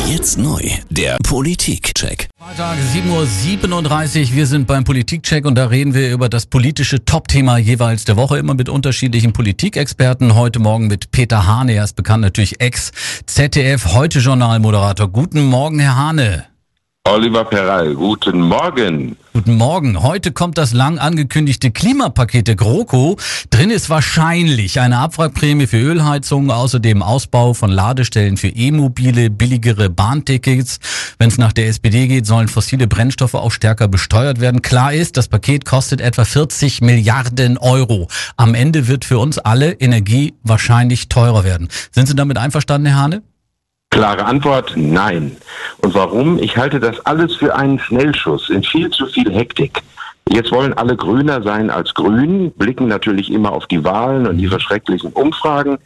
Jetzt neu, der Politikcheck. Freitag, 7:37 Uhr. Wir sind beim Politikcheck und da reden wir über das politische Topthema jeweils der Woche, immer mit unterschiedlichen Politikexperten. Heute Morgen mit Peter Hane, er ist bekannt natürlich Ex-ZDF-Heute-Journal-Moderator. Guten Morgen, Herr Hane. Oliver Perall, guten Morgen. Guten Morgen. Heute kommt das lang angekündigte Klimapaket der GroKo. Drin ist wahrscheinlich eine Abwrackprämie für Ölheizungen, außerdem Ausbau von Ladestellen für E-Mobile, billigere Bahntickets. Wenn es nach der SPD geht, sollen fossile Brennstoffe auch stärker besteuert werden. Klar ist, das Paket kostet etwa 40 Milliarden Euro. Am Ende wird für uns alle Energie wahrscheinlich teurer werden. Sind Sie damit einverstanden, Herr Hane? Klare Antwort, nein. Und warum? Ich halte das alles für einen Schnellschuss in viel zu viel Hektik. Jetzt wollen alle grüner sein als grün, blicken natürlich immer auf die Wahlen und ihre schrecklichen Umfragen.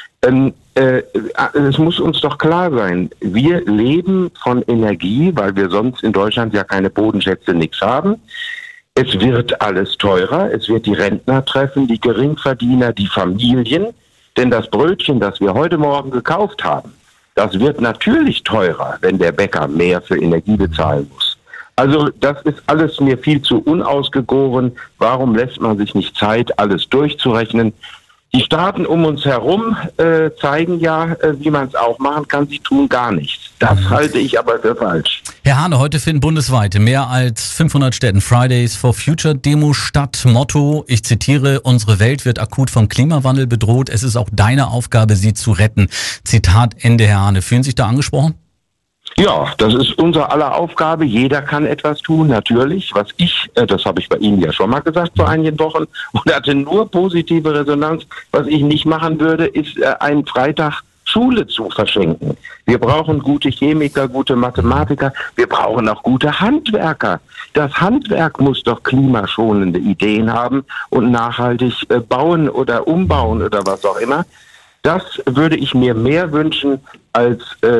Es muss uns doch klar sein, wir leben von Energie, weil wir sonst in Deutschland ja keine Bodenschätze, nichts haben. Es wird alles teurer, es wird die Rentner treffen, die Geringverdiener, die Familien. Denn das Brötchen, das wir heute Morgen gekauft haben, das wird natürlich teurer, wenn der Bäcker mehr für Energie bezahlen muss. Also das ist alles mir viel zu unausgegoren. Warum lässt man sich nicht Zeit, alles durchzurechnen? Die Staaten um uns herum zeigen ja, wie man es auch machen kann. Sie tun gar nichts. Das halte ich aber für falsch. Herr Hane, heute finden bundesweit in mehr als 500 Städten Fridays for Future Demos statt. Motto, ich zitiere, unsere Welt wird akut vom Klimawandel bedroht. Es ist auch deine Aufgabe, sie zu retten. Zitat Ende, Herr Hane. Fühlen Sie sich da angesprochen? Ja, das ist unser aller Aufgabe. Jeder kann etwas tun, natürlich. Das habe ich bei Ihnen ja schon mal gesagt vor einigen Wochen und hatte nur positive Resonanz. Was ich nicht machen würde, ist einen Freitag Schule zu verschenken. Wir brauchen gute Chemiker, gute Mathematiker. Wir brauchen auch gute Handwerker. Das Handwerk muss doch klimaschonende Ideen haben und nachhaltig bauen oder umbauen oder was auch immer. Das würde ich mir mehr wünschen, als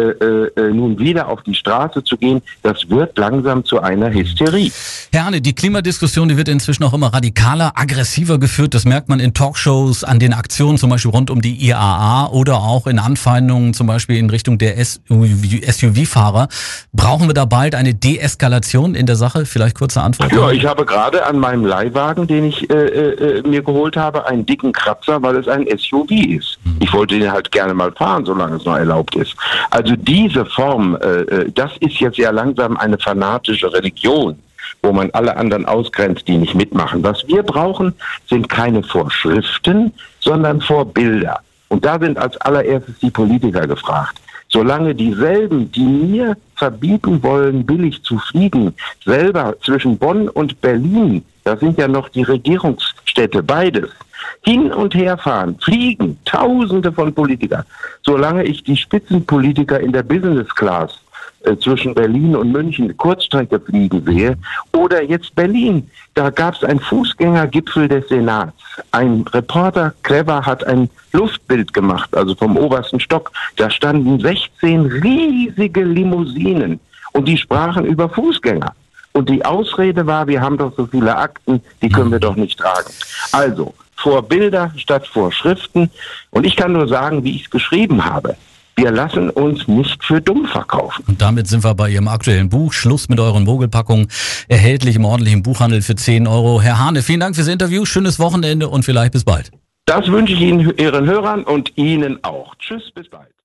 nun wieder auf die Straße zu gehen. Das wird langsam zu einer Hysterie. Herr Hane, die Klimadiskussion, die wird inzwischen auch immer radikaler, aggressiver geführt. Das merkt man in Talkshows, an den Aktionen zum Beispiel rund um die IAA oder auch in Anfeindungen zum Beispiel in Richtung der SUV-Fahrer. Brauchen wir da bald eine Deeskalation in der Sache? Vielleicht kurze Antwort. Ja, ich habe gerade an meinem Leihwagen, den ich mir geholt habe, einen dicken Kratzer, weil es ein SUV ist. Ich wollte den halt gerne mal fahren, solange es noch erlaubt ist. Also diese Form, das ist jetzt ja langsam eine fanatische Religion, wo man alle anderen ausgrenzt, die nicht mitmachen. Was wir brauchen, sind keine Vorschriften, sondern Vorbilder. Und da sind als allererstes die Politiker gefragt. Solange dieselben, die mir verbieten wollen, billig zu fliegen, selber zwischen Bonn und Berlin, das sind ja noch die Regierungsstädte, beides, hin und her fahren, fliegen, Tausende von Politikern. Solange ich die Spitzenpolitiker in der Business Class zwischen Berlin und München Kurzstrecke fliegen sehe, oder jetzt Berlin, da gab es einen Fußgängergipfel des Senats. Ein Reporter, clever, hat ein Luftbild gemacht, also vom obersten Stock. Da standen 16 riesige Limousinen und die sprachen über Fußgänger. Und die Ausrede war, wir haben doch so viele Akten, die können wir doch nicht tragen. Also, Vorbilder statt Vorschriften. Und ich kann nur sagen, wie ich es geschrieben habe. Wir lassen uns nicht für dumm verkaufen. Und damit sind wir bei Ihrem aktuellen Buch. Schluss mit euren Mogelpackungen. Erhältlich im ordentlichen Buchhandel für 10 Euro. Herr Hane, vielen Dank fürs Interview. Schönes Wochenende und vielleicht bis bald. Das wünsche ich Ihnen, Ihren Hörern und Ihnen auch. Tschüss, bis bald.